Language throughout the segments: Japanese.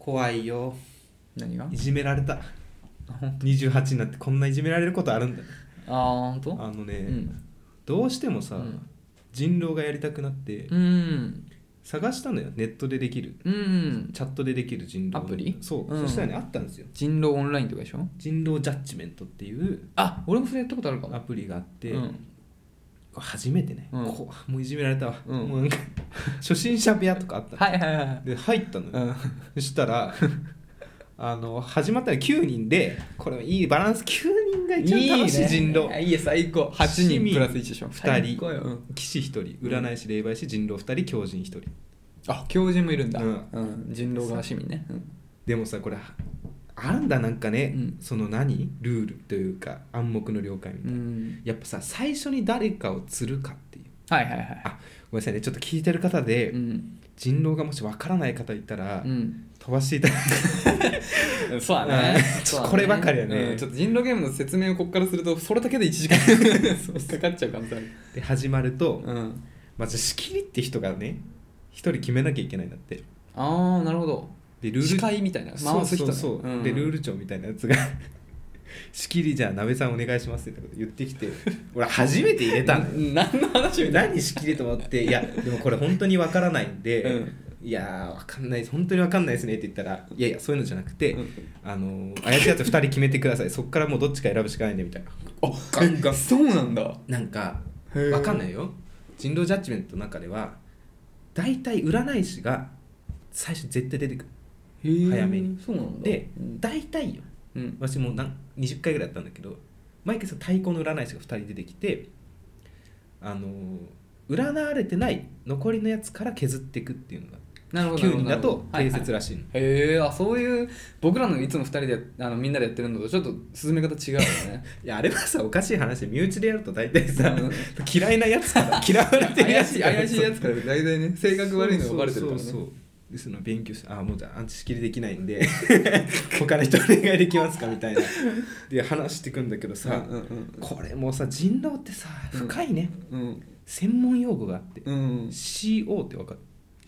怖いよ。 何が？ いじめられた。28になってこんないじめられることあるんだ。 ほんと？ どうしてもさ、人狼がやりたくなって、探したのよ。ネットでできる、チャットでできる人狼アプリ。 そう、そしたらねあったんですよ。 人狼オンラインとかでしょ。 人狼ジャッジメントっていう俺もそれやったことあるかも。 アプリがあって、初めてね、もういじめられたわ、もうなんか初心者部屋とかあったの。で入ったのよ、そしたら始まったら9人で、これいいバランス、9人が一番楽しい人狼。 いい最高。8人プラス1でしょ。 2人、騎士1人、占い師霊媒師人狼2人、狂人1人。 狂人もいるんだ。人狼が市民ね。 でもさ、これあるんだ、なんかね、そのルールというか暗黙の了解みたいな、やっぱさ、最初に誰かを釣るかっていう。ごめんなさいね、ちょっと聞いてる方で、人狼がもしわからない方いたら、飛ばしていただいそうだね。 こればかりはね、 ちょっと人狼ゲームの説明をここからするとそれだけで1時間かかっちゃう可能性ある。 で始まると、まず仕切りって人がね1人決めなきゃいけないんだって。 なるほど。 でルール司会みたいな回す人ね。 そう、でルール長みたいなやつが仕切りじゃあ鍋さんお願いしますってこと言ってきて、俺初めて入れたの。 何の話みたいな。 何仕切りと思って、いやでもこれ本当にわからないんで、いやわかんないです、本当にわかんないですねって言ったら、いやそういうのじゃなくて、怪しいやつ2人決めてください、そっからもうどっちか選ぶしかないんでみたいな。 ガンガン。そうなんだ。 なんかわかんないよ、人狼ジャッジメントの中では大体占い師が最初絶対出てくる、早めに。 そうなんだ。 で、大体よ、私も20回ぐらいやったんだけど、毎回太鼓の占い師が2人出てきて、占われてない残りのやつから削っていくっていうのが9人だと定説らしいの。 そういう僕らのいつも2人でみんなでやってるのとちょっと進め方違うよね。 いやあれはさ、おかしい話で身内でやると大体さ、嫌いなやつから嫌われてるやつから怪しいやつから大体ね、性格悪いのがバレてるからね。 そうですの勉強して、もうじゃあアンチ仕切りできないんで他の人お願いできますかみたいなで話していくんだけどさ、これもうさ、人狼ってさ深いね、専門用語があって、CO ってわかる？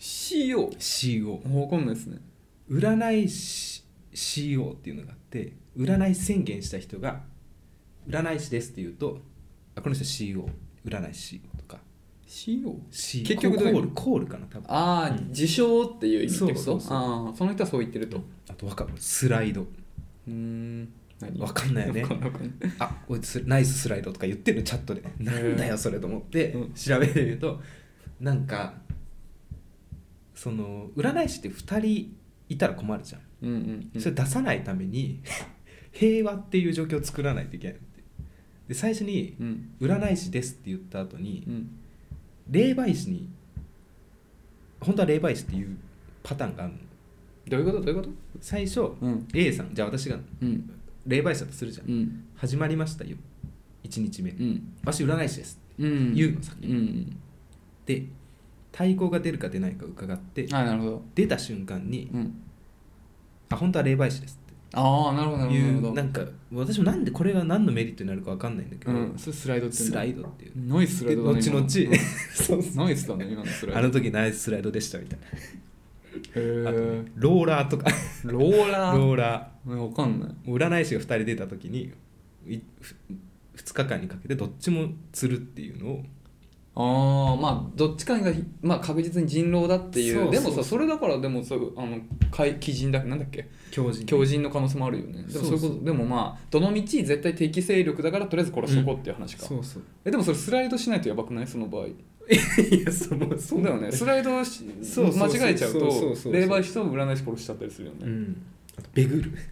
CO わかんないですね。 占い師 CO っていうのがあって、占い宣言した人が占い師ですって言うと、この人 CO 占い師 CO とか CO？ 結局どういうコールかな、多分。 自称っていう意味ってこと？ そうその人はそう言ってると。 あとわかる、スライド。わかんないよね。おいナイススライドとか言ってるチャットで、なんだよそれと思って調べてみると、なんかその占い師って2人いたら困るじゃん。それ出さないために平和っていう状況を作らないといけないって。で最初に占い師ですって言った後に、霊媒師に、本当は霊媒師っていうパターンがあるの。 どういうこと？ 最初、A さん、じゃあ私が霊媒師だとするじゃん。始まりましたよ、1日目、私占い師ですって言うの先に。で太鼓が出るか出ないか伺って、出た瞬間に、本当は霊媒師ですっていう、なんか私もなんでこれが何のメリットになるか分かんないんだけど、 それスライドってスライドっていう、 ナイススライドだね。 後々 ナイスだね、今のスライド。 あの時ナイススライドでしたみたいな。あとね、 ローラーとかローラーわかんない。 占い師が2人出た時に2日間にかけてどっちも釣るっていうのを、 どっちかが、確実に人狼だっていう。でもさ、それだから、でも鬼人だ、なんだっけ、狂人の可能性もあるよね。でもそういうこと。でもどの道絶対敵勢力だからとりあえず殺しとこうっていう話か。でもそれスライドしないとやばくない？その場合。いやそうだよね。スライド間違えちゃうと霊媒師と占い師殺しちゃったりするよね。 あとベグル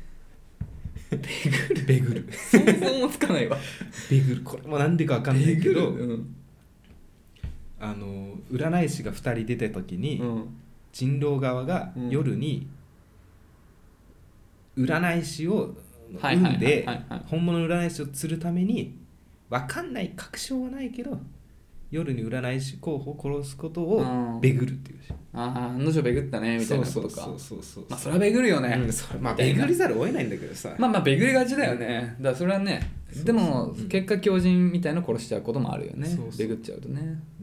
想像もつかないわ。 ベグル、これもなんでか分かんないけど、占い師が2人出た時に、人狼側が夜に占い師を生んで、本物の占い師を釣るために、分かんない確証はないけど夜に占い師候補を殺すことをベグるっていう。 案の定ベグったねみたいなことか。 そうそれはベグるよね。 ベグりざるを得ないんだけどさ、 ベグりがちだよね。だからそれはね、でも結果狂人みたいな殺しちゃうこともあるよね。ベグっちゃうとね。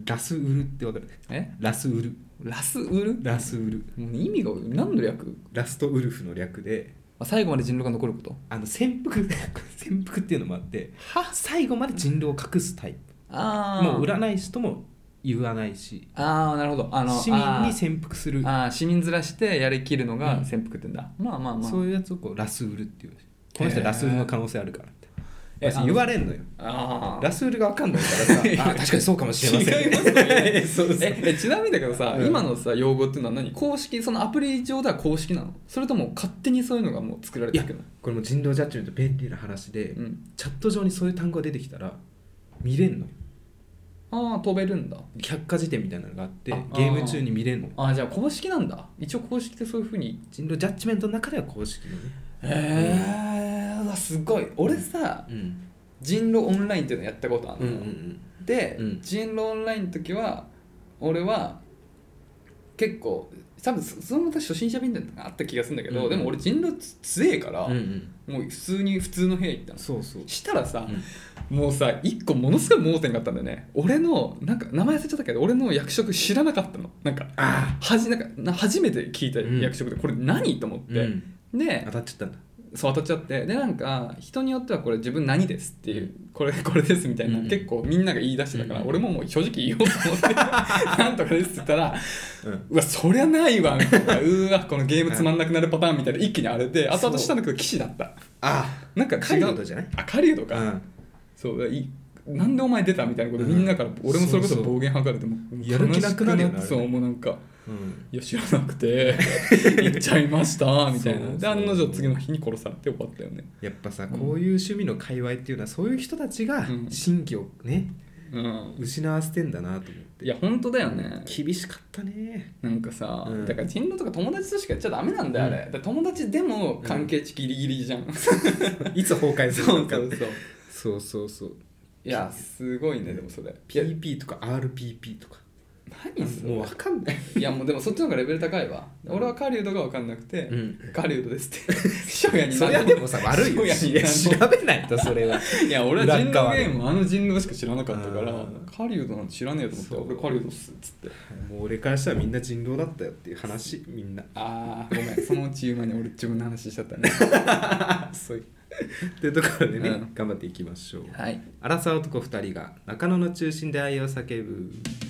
ラスウルってわかる？ラスウル。 ラスウル？ ラスウル。 もう意味が何の略？ ラストウルフの略で、 最後まで人狼が残ること？ 潜伏っていうのもあって、最後まで人狼を隠すタイプ。もう占い師とも言わないし、 なるほど、 市民に潜伏する、 市民ずらしてやりきるのが潜伏ってんだ、まあそういうやつをこうラスウルっていう、この人ラスウルの可能性あるからって言われんのよ。ラスウルが分かんないからさ確かにそうかもしれません、 違いますよねそうちなみにだけどさ、今のさ用語っていうのは何？公式、そのアプリ上では公式なの？それとも勝手にそういうのがもう作られてるの？ これも人狼ジャッジメント便利な話で、チャット上にそういう単語が出てきたら見れんのよ。 飛べるんだ。 百科事典みたいなのがあってゲーム中に見れんの。 じゃあ公式なんだ。一応公式ってそういう風に人狼ジャッジメントの中では公式のね。 すごい。俺さ、人狼オンラインっていうのやったことあるの、で、人狼オンラインの時は俺は結構多分その初心者便みたいなのがあった気がするんだけど、でも俺人狼強えから、もう普通の部屋行ったの。したらさ、もうさ一個ものすごい盲点があったんだよね。俺のなんか名前忘れちゃったけど、俺の役職知らなかったの。なんか初めて聞いた役職で、これ何と思って、で当たっちゃったんだ。 そう当たっちゃって、でなんか人によってはこれ自分何ですっていうこれですみたいな、結構みんなが言い出してたから、俺ももう正直言おうと思ってなんとかですって言ったら、うわそりゃないわみたいな、うわこのゲームつまんなくなるパターンみたいな、一気にあれで後々したんだけど騎士だった。なんか違う、 狩人じゃない？ 狩人か、そうなんでお前出たみたいなことみんなから、俺もそれこそ暴言吐かれてもやる気なくなるよね。 そうもうなんか、いや知らなくて行っちゃいましたみたいな。で案の定次の日に殺されて終わったよね。 やっぱさ、こういう趣味の界隈っていうのはそういう人たちが新規をね、失わせてんだなと思って。 いや本当だよね。 厳しかったね。 なんかさ、だから人狼とか友達としかやっちゃダメなんだよあれ。だから友達でも関係値ギリギリじゃん、 いつ崩壊するのかって。そういやすごいね。でもそれ PP とか RPP とか何それもう分かんない。 いやもうでもそっちの方がレベル高いわ。俺は狩人が分かんなくて、狩人ですって初夜にそれはでもさ悪いよ。調べないとそれは。 いや俺は人狼ゲーム人狼しか知らなかったから、狩人なんて知らねえと思って、俺狩人っすっつって、 もう俺からしたらみんな人狼だったよっていう話。みんなごめんそのうち馬に俺自分の話しちゃったねそういうというところでね、頑張っていきましょう。アラサー男2人が中野の中心で愛を叫ぶ。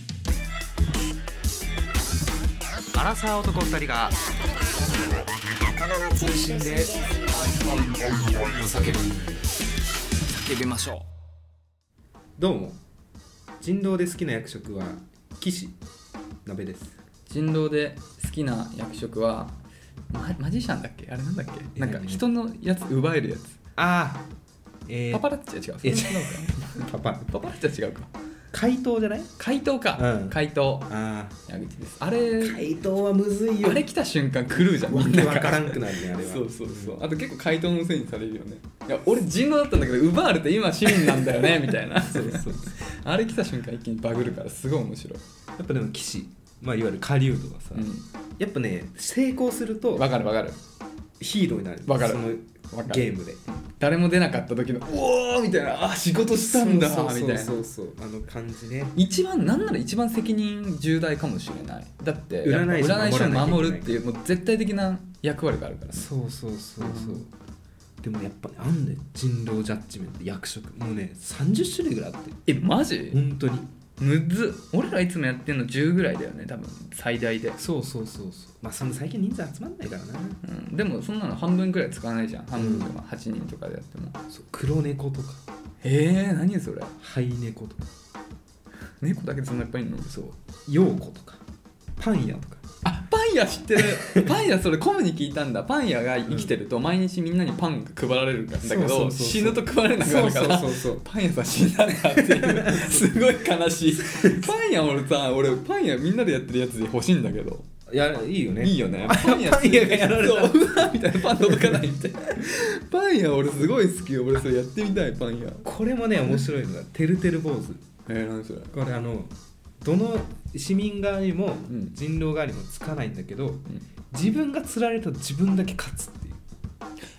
アラサー男2人が中野の中心で愛を叫ぶ。 叫びましょう。どうも、人狼で好きな役職は騎士鍋です。 人狼で好きな役職はマジシャンだっけ？あれなんだっけ？なんか人のやつ奪えるやつ。パパラッチは違う。パパラッチは違うか。 怪盗じゃない？ 怪盗か。怪盗。矢口です。あれ怪盗はむずいよ。 あれ来た瞬間狂うじゃん。みんな分からんくなるねあれは。 そう。あと結構怪盗のせいにされるよね。いや俺人狼だったんだけど奪われて今市民なんだよねみたいな。そう。あれ来た瞬間一気にバグるからすごい面白い。 やっぱでも騎士、いわゆる狩人はさ、やっぱね成功すると分かるヒーローになる。 分かる。 そのゲームで誰も出なかった時のおーみたいな、仕事したんだみたいな。 そうあの感じね。 なんなら一番責任重大かもしれない。だって占い師を守るっていうもう絶対的な役割があるから、ね、 そう、でもやっぱあんね人狼ジャッジメント役職もうね30種類ぐらいあって。 マジ？ 本当にむずっ。俺らいつもやってんの10ぐらいだよね多分最大で。 そうその最近人数集まんないからな、 でもそんなの半分くらい使わないじゃん。半分とか8人とかでやっても。 黒猫とか何それ。 ハイ猫とか。 猫だけでそんないっぱいいるの？ そう。ヨーコとかパン屋とか。 パン屋知ってるパン屋それコムに聞いたんだ。パン屋が生きてると毎日みんなにパンが配られるんだけど、死ぬと配られなくなるからパン屋さん死んだねっていうすごい悲しいパン屋俺パン屋みんなでやってるやつで欲しいんだけど。 いやいいよね。 いいよね。パン屋がやられたみたいな、パン届かないみたいなパン屋俺すごい好きよ。俺それやってみたい。パン屋これもね面白いのがてるてる坊主。 何それ。 これどの市民側にも人狼側にもつかないんだけど、自分が釣られると自分だけ勝つっていう。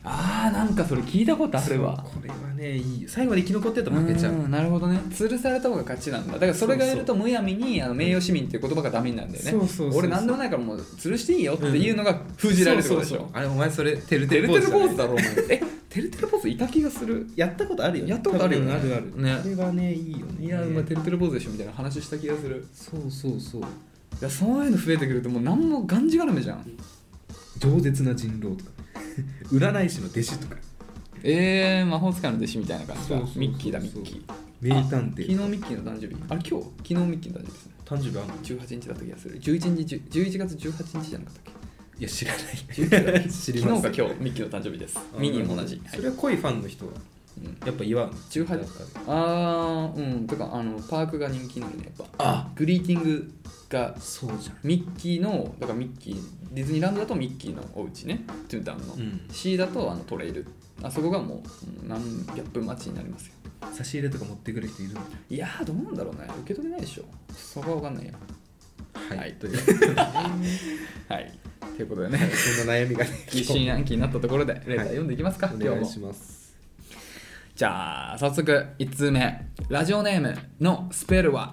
なんかそれ聞いたことあるわ。 これはねいい、最後まで生き残ってると負けちゃう。 なるほどね。吊るされた方が勝ちなんだ。だからそれがやるとむやみに名誉市民っていう言葉がダメになるんだよね。俺なんでもないからもう吊るしていいよっていうのが封じられるってことでしょ。 あれお前それてるてるポーズだろお前。てるてるポーズいた気がする。 やったことあるよね。 やったことあるよね。 あるあるね。あれはねいいよね。 いやてるてるポーズでしょみたいな話した気がする。 そういやそういうの増えてくるともう何もがんじがらめじゃん。 饒舌な人狼とか占い師の弟子とか魔法使いの弟子みたいな感じだ。ミッキーだミッキー。 名探偵。 昨日ミッキーの誕生日。あれ昨日ミッキーの誕生日ですね。 誕生日あんの ？18日だった気がする。11月18日じゃなかったっけ？ いや知らない。 知ります。昨日か今日ミッキーの誕生日です。ミニーも同じ。 それは濃いファンの人はやっぱ祝うの。 18とかパークが人気なのねやっぱ。グリーティングがそうじゃん。 ミッキーのだからミッキーディズニーランドだとミッキーのお家ね。トゥータウンの。C だとトレイル。あそこがもう何百分待ちになりますよ。 差し入れとか持ってくる人いるの？ いやどうなんだろうね。受け取れないでしょ。そこは分かんないよ。はいというはいということでねそんな悩みがね疑心暗鬼になったところでレター読んでいきますか。 お願いします。 じゃあ早速1通目。ラジオネームのスペルは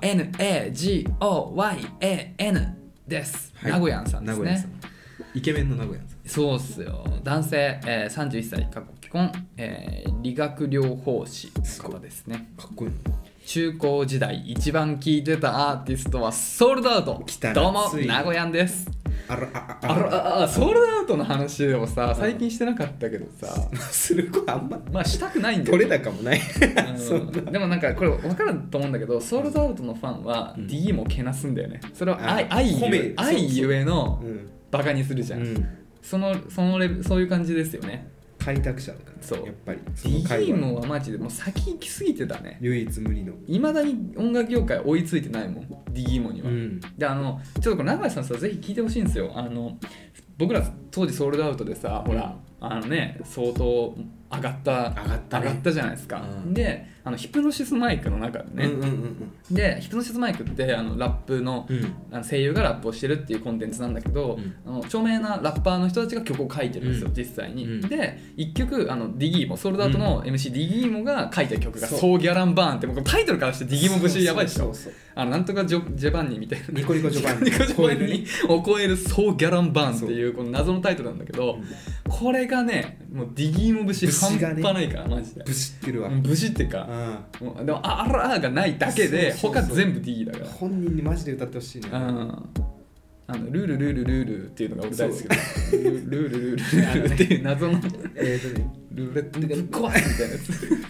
NAGOYAN です。名古屋さんですね。 イケメンの名古屋さん。 そうっすよ。男性、31歳既婚、理学療法士の方ですね。 かっこいい。 中高時代一番聴いてたアーティストはソールドアウト。どうも名古屋です。ソールドアウトの話でもさ最近してなかったけどさする子あんましたくないんだよ。 取れ高もないでもなんかこれ分かると思うんだけど、ソールドアウトのファンは D もけなすんだよね。それは愛ゆえのバカにするじゃん。そのレベル、そういう感じですよね。 開拓者だから、 そうやっぱりディギーモはマジでもう先行き過ぎてたね。 唯一無二の。 いまだに音楽業界追いついてないもんディギーモには。でちょっとこれ永井さんさぜひ聞いてほしいんですよ。僕ら当時ソールドアウトでさ、ほら相当上がったじゃないですか。でヒプノシスマイクの中でね、でヒプノシスマイクってラップの、声優がラップをしてるっていうコンテンツなんだけど、著名なラッパーの人たちが曲を書いてるんですよ、実際に。で1曲ディギーモ、ソールドアウトの MC ディギーモが書いた曲がソーギャランバーンって、もうタイトルからしてディギーモ節やばいでしょ。なんとかジャバンニみたいな、 ニコニコジョバンニを超えるソーギャランバーンっていうこの謎のタイトルなんだけど、これがねもうディギーモ節半端ないからマジで。 ブシってるわ。 ブシってか、でもあらがないだけで他全部 D だから。 本人にマジで歌ってほしいね。 ルールルールルールっていうのが俺大好きで、ルールルールルールっていう謎のルーレットで怖いみたいなや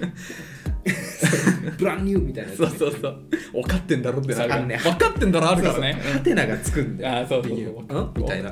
つブランニューみたいなやつ。 そう分かってんだろってなるからね。分かってんだろあるからね。 ハテナがつくんだよ。 そうみたいな。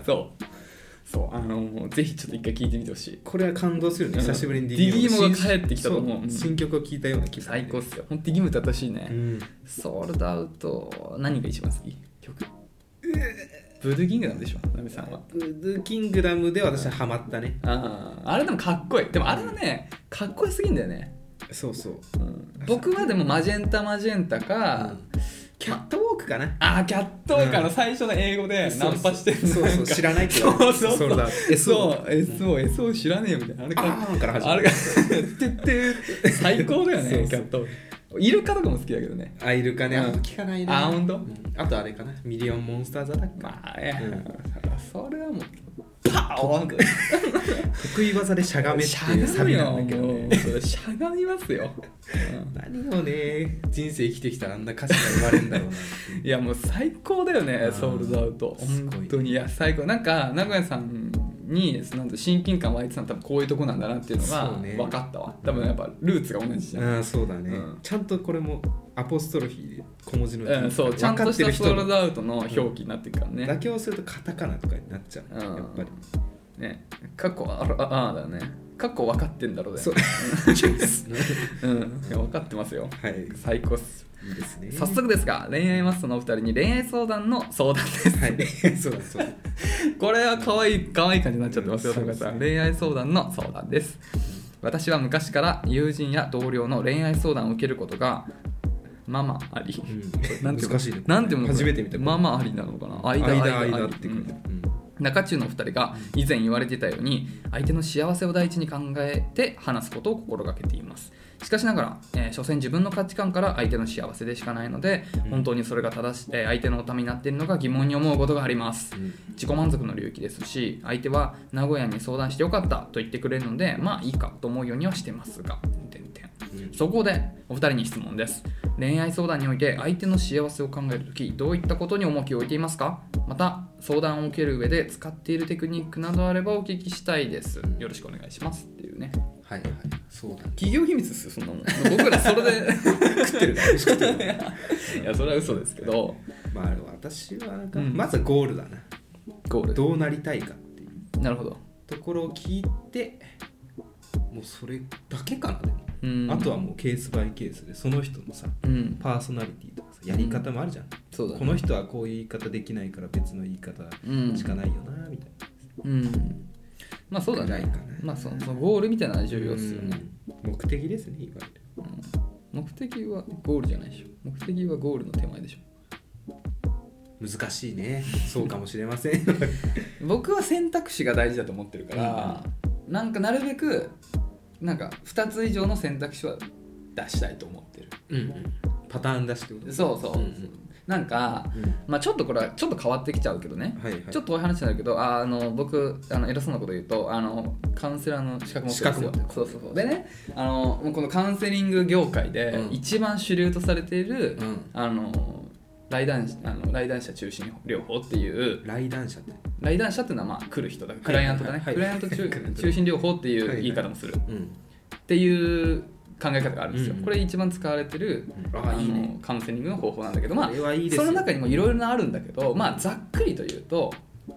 ぜひちょっと一回聞いてみてほしい。 これは感動するね。久しぶりにディギーモが帰ってきたと思う。 新曲を聴いたような気分。 最高っすよ。ほんとディギーモ歌ってほしいね。ソールドアウト何が一番好き曲？ブードゥーキングダムでしょ、ナミさんは。 ブードゥーキングダムで私はハマったね。 あれでもかっこいい。でもあれはねかっこよすぎんだよね。 そう、 僕はでもマジェンタか、 キャットウォークかな。 キャットウォークの最初の英語でナンパしてるの。 そう知らないけど。 そう SO 知らねえよみたいな。あれが最高だよね。キャットウォーク。イルカとかも好きだけどね。 イルカね、聞かないね。 本当？ あとあれかな、ミリオンモンスターズアタック。 それはもうパーンと得意技でしゃがめっていうサビなんだけどね。 しゃがみますよ。 何をね人生生きてきたらあんな歌詞が生まれるんだろうな。 いやもう最高だよね、ソールドアウト。本当にいや最高。なんか名古屋さんに親近感湧いてたの多分こういうとこなんだなっていうのが分かったわ。多分やっぱルーツが同じじゃん。 そうだね。ちゃんとこれもアポストロフィーで小文字のそうちゃんとしたソールドアウトの表記になってるからね。 妥協するとカタカナとかになっちゃう。やっぱりね、カッコだよね。カッコ分かってんだろうね。そう分かってますよ。最高っす。 いいですね。 早速ですが恋愛マスターのお二人に恋愛相談の相談です。これは可愛い感じになっちゃってますよ。恋愛相談の相談です。私は昔から友人や同僚の恋愛相談を受けることがままあり。 難しいね。 なんていうの？ 初めて見た。 ままありなのかな。間ってくる。 中中の2人が以前言われていたように相手の幸せを第一に考えて話すことを心がけています。しかしながら、所詮自分の価値観から相手の幸せでしかないので、本当にそれが正しい、相手のためになっているのか疑問に思うことがあります。自己満足の領域ですし、相手は名古屋に相談してよかったと言ってくれるので、まあいいかと思うようにはしてますが、そこでお二人に質問です。恋愛相談において相手の幸せを考えるとき、どういったことに重きを置いていますか？また相談を受ける上で使っているテクニックなどあればお聞きしたいです。よろしくお願いしますっていうね。 はいはい、そうだ、ね、 企業秘密ですよ、そんなもん。僕らそれで食ってるから食ってるからいやそれは嘘ですけど、 まあ私はまずゴールだな。 ゴール、 どうなりたいかっていう、 なるほど、 ところを聞いて、もうそれだけかな。でも、あとはもうケースバイケースでその人のさ、パーソナリティとかさ、やり方もあるじゃん、 そうだね、 この人はこういう言い方できないから別の言い方しかないよな、みたいな。 まあそうだね。まあそのゴールみたいなのは重要ですよね。 目的ですね、いわゆる。 目的はゴールじゃないでしょ。目的はゴールの手前でしょ。 難しいね。そうかもしれません。 僕は選択肢が大事だと思ってるから、なんかなるべくなんか2つ以上の選択肢は出したいと思ってる。 パターン出してこと。 そうそう。なんか、まあちょっとこれはちょっと変わってきちゃうけどね、ちょっと遠い話になるけど、僕偉そうなこと言うとカウンセラーの資格持ってるんですよ。そうでね、このカウンセリング業界で一番主流とされている、来談者中心療法っていう、来談者っていうのはまあ来る人だから、クライアントだね、クライアント中心療法っていう言い方もするっていう考え方があるんですよ。これ一番使われてるカウンセリングの方法なんだけど、まあその中にもいろいろなあるんだけど、まあざっくりと言うと、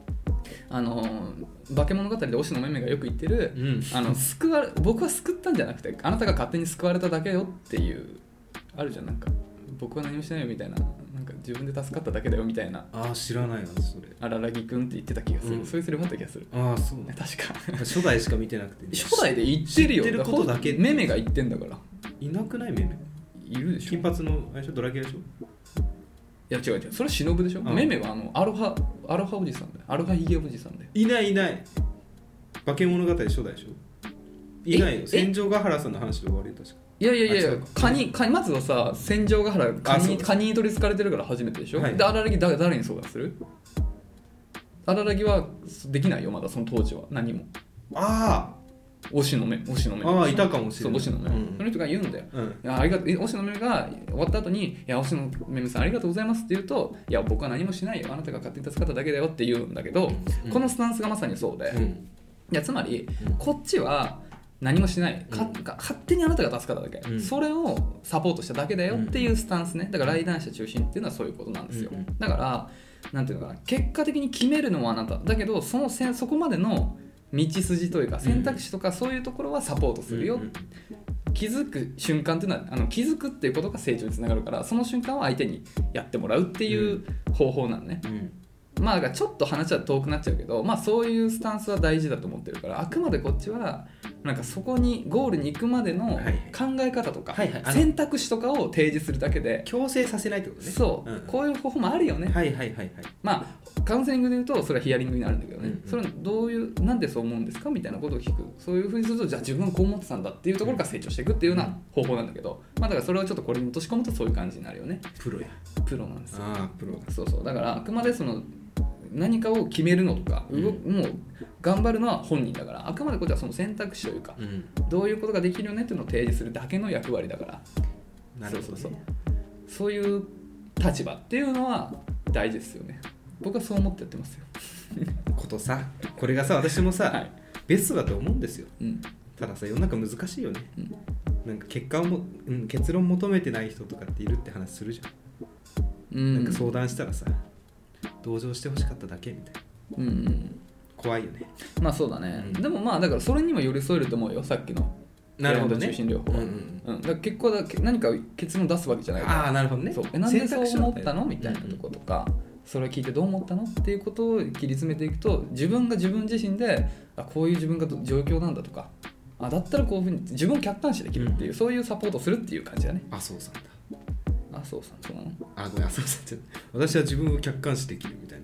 化け物語で推しのめめがよく言ってる、僕は救ったんじゃなくてあなたが勝手に救われただけよっていう、あるじゃん、なんか僕は何もしてないよみたいな、なんか自分で助かっただけだよみたいな。 知らないわそれ。 荒木くんって言ってた気がする、そういうセリフあった気がする。 そうね、 確か初代しか見てなくて、 初代で言ってるよ。 知ってることだけ。 めめが言ってんだから。 いなくない？めめいるでしょ。 金髪のあれでしょ、ドラキュラでしょ。 いや違う、それは忍でしょ。めめはアロハおじさんだよ。アロハひげおじさんだよ。 いない化け物語初代でしょ。いないよ。戦場ヶ原さんの話で終わり。確か。 いやカニまずはさ、戦場ヶ原カニに取りつかれてるから初めてでしょ。で荒木誰に相談する？荒木はできないよ、まだその当時は何も。推しの目いたかもしれない。 推しの目、その人が言うんだよ、推しの目が終わった後に、いや推しの目さんありがとうございますって言うと、いや僕は何もしないよ、あなたが勝手に助かっただけだよって言うんだけど、このスタンスがまさにそうで、いやつまりこっちは何もしない、勝手にあなたが助かっただけ、それをサポートしただけだよっていうスタンスね。だから来談者中心っていうのはそういうことなんですよ。だからなんていうのかな、結果的に決めるのはあなただけど、そこまでの道筋というか選択肢とかそういうところはサポートするよ、気づく瞬間っていうのは気づくっていうことが成長につながるから、その瞬間は相手にやってもらうっていう方法なのね。まあだからちょっと話は遠くなっちゃうけど、まあそういうスタンスは大事だと思ってるから、あくまでこっちはなんかそこにゴールに行くまでの考え方とか選択肢とかを提示するだけで、 強制させないってことね。 そう、こういう方法もあるよね。まあカウンセリングで言うとそれはヒアリングになるんだけどね、それはどういう、なんでそう思うんですかみたいなことを聞く。そういうふうにすると、じゃあ自分はこう思ってたんだっていうところから成長していくっていうような方法なんだけど、まあだからそれをちょっとこれに落とし込むとそういう感じになるよね。プロなんですよ。 プロ。 そうだからあくまでその何かを決めるのとか、もう頑張るのは本人だから、あくまでこっちはその選択肢というか、どういうことができるよねっていうのを提示するだけの役割だから。 なるほどね。 そういう立場っていうのは大事ですよね。僕はそう思ってやってますよ。 ことさ、これがさ、私もさ、ベストだと思うんですよ。たださ、世の中難しいよね。なんか結論求めてない人とかっているって話するじゃん。なんか相談したらさ、同情してほしかっただけみたいな。怖いよね。まあそうだね。でもまあだからそれにも寄り添えると思うよ、さっきの。 なるほどね。 中心療法は。だから結構何か結論出すわけじゃないから。 なるほどね。 なんでそう思ったのみたいなところとか、それを聞いてどう思ったのっていうことを切り詰めていくと、自分が自分自身でこういう自分が状況なんだとか、だったらこういうふうに自分を客観視できるっていう、そういうサポートをするっていう感じだね。 そうさんだ。 そうなの？ ごめん、そうさん。私は自分を客観視できるみたいな人。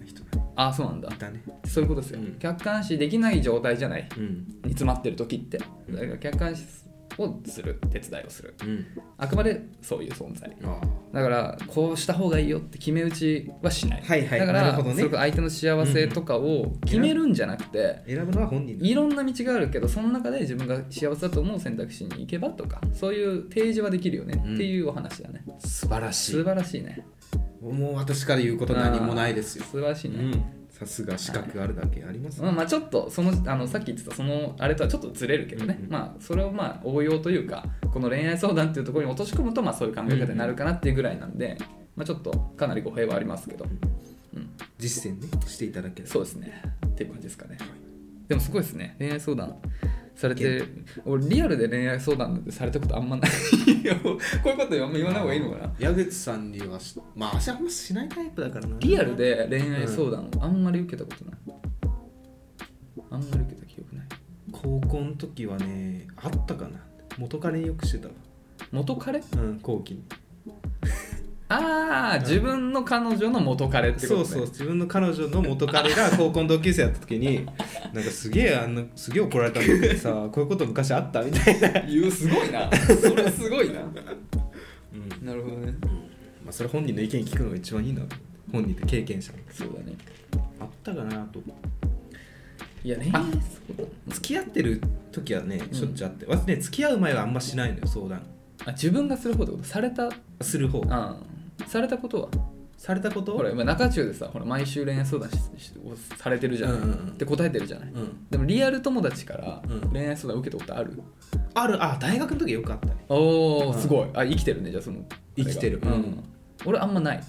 あ、そうなんだ。 いたね。 そういうことですよ、客観視できない状態じゃない、煮詰まってる時って。だから客観視をする、手伝いをする、あくまでそういう存在だから、こうした方がいいよって決め打ちはしない、だから、ね、相手の幸せとかを決めるんじゃなくて、 選ぶのは本人。 いろんな道があるけど、その中で自分が幸せだと思う選択肢に行けばとか、そういう提示はできるよねっていうお話だね。 素晴らしい。 素晴らしいね。 もう私から言うこと何もないですよ。 素晴らしいね。 さすが資格あるだけありますね。まあちょっとさっき言ってたそのあれとはちょっとずれるけどね、まあそれをまあ応用というか、この恋愛相談っていうところに落とし込むと、まあそういう考え方になるかなっていうぐらいなんで、まあちょっとかなり語弊はありますけど、 実践ねしていただければ。 そうですねっていう感じですかね。でもすごいですね、恋愛相談されて。俺リアルで恋愛相談なんてされたことあんまないよ。こういうことあんま言わない方がいいのかな。 矢口さんにはまあ私はあんましないタイプだからな。 リアルで恋愛相談をあんまり受けたことない、あんまり受けた記憶ない。 高校の時はね、あったかな。元彼によくしてたわ。 元彼？ 後期に。 ああ、自分の彼女の元彼ってことね。 そう自分の彼女の元彼が高校の同級生やった時になんかすげえ怒られたんだけどさ、こういうこと昔あったみたいな。 すごいな。それすごいな。なるほどね。 まあそれ本人の意見聞くのが一番いいんだ。本人って経験者。 そうだね。 あったかなと。 いやね、 付き合ってる時はねしょっちゅうあって、私ね付き合う前はあんましないのよ、相談。 自分がする方ってこと？する方。されたことは？ されたこと？ ほら今中中でさ、ほら毎週恋愛相談をされてるじゃない、って答えてるじゃない、でもリアル友達から恋愛相談受けたことある？ 大学の時よくあったね。 おお、すごい。生きてるね。じゃあその生きてる。 俺あんまない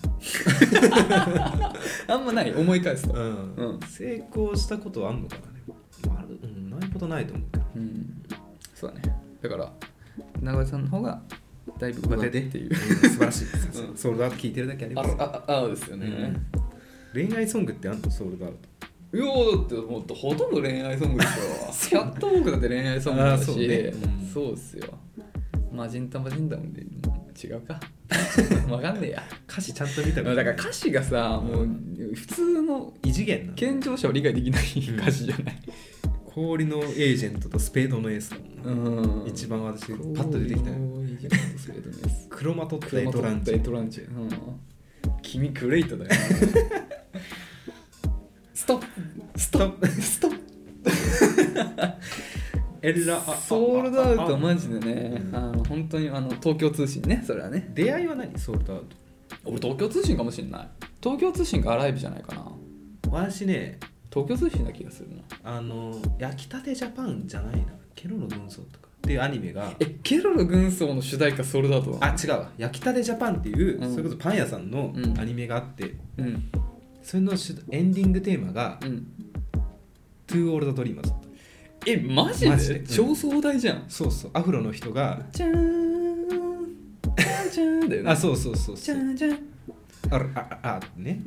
あんまない、思い返すと。 成功したことはあんのかな。ないことないと思うけど。 そうだね。だから長井さんの方がだいぶ上手っていう、 素晴らしい。ソールドアウト聞いてるだけあります。 ですよね。 恋愛ソングってあんの？ソールドアウト。 いやだってもっとほとんど恋愛ソングですよ。キャットウォークだって恋愛ソングだし、そうですよ。マジンタもで違うか。わかんねえや。 歌詞ちゃんと見たら。だから歌詞がさ、もう普通の異次元な健常者を理解できない歌詞じゃない。 氷のエージェントとスペードのエースだもんな。一番私パッと出てきたよ。クロマトッタエトランチェ。 君グレイトだよ。ストップソールドアウトマジでね、本当に東京通信ね、それはね。 出会いは何？ソールドアウト。 俺東京通信かもしれない。東京通信がアライブじゃないかな。 私ね、 東京通信な気がするな。 焼きたてジャパンじゃないな、ケロロ軍曹とかっていうアニメが。 ケロロ軍曹の主題歌ソールドアウトだ。 違うわ、焼きたてジャパンっていう、それこそパン屋さんのアニメがあって、それのエンディングテーマが、To All the Dreamers だった。 マジで超壮大じゃん。 そうアフロの人がチャーンチャーンだよね。 そうチャーンチャーンね。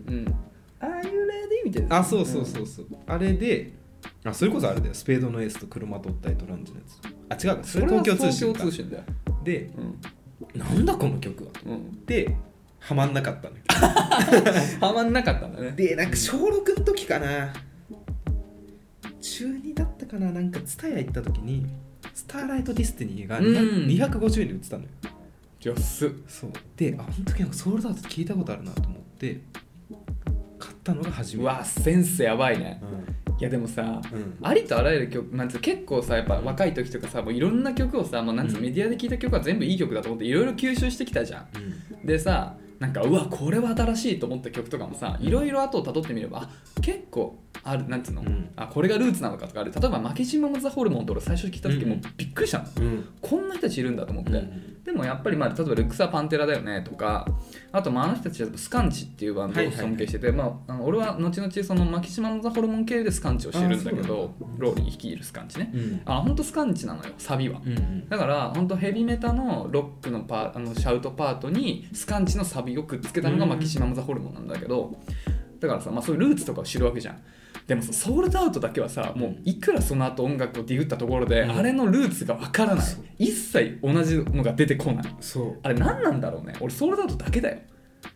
Are you ready? みたいな。 そうあれで、それこそあれだよ、スペードのエースと車取ったりトランジのやつ。違うか、それ東京通信だよ。 で、なんだこの曲は、でハマんなかったのよ。 ハマんなかったんだね。 でなんか小6の時かな、中2だったかな、なんかツタヤ行った時にスターライトディスティニーが250円で売ってたのよ。 安っ。 そうで、あの時なんかソールドアウト聞いたことあるなと思って買ったのが初めて。 うわ、センスやばいね。いやでもさ、ありとあらゆる曲、なんつう結構さ、やっぱ若い時とかさ、もういろんな曲をさ、なんつうメディアで聴いた曲は全部いい曲だと思っていろいろ吸収してきたじゃん。でさ、なんかうわこれは新しいと思った曲とかもさ、いろいろ後をたどってみれば結構ある、なんつうの、これがルーツなのかとかある。例えばマキシマム・ザ・ホルモンって俺最初聞いた時もうびっくりしたの、こんな人たちいるんだと思って、でもやっぱり例えばルックスはパンテラだよねとか、あとあの人たちはスカンチっていうバンドを尊敬してて、俺は後々そのマキシマム・ザ・ホルモン系でスカンチをしてるんだけど、ローリー率いるスカンチね、本当スカンチなのよサビは、だから本当ヘビメタのロックのシャウトパートにスカンチのサビをくっつけたのがマキシマム・ザ・ホルモンなんだけど、だからさ、そういうルーツとかを知るわけじゃん。でもさ、ソールドアウトだけはさ、もういくらその後音楽をディグったところで、あれのルーツがわからない、一切同じのが出てこない。あれ何なんだろうね。俺ソールドアウトだけだよ。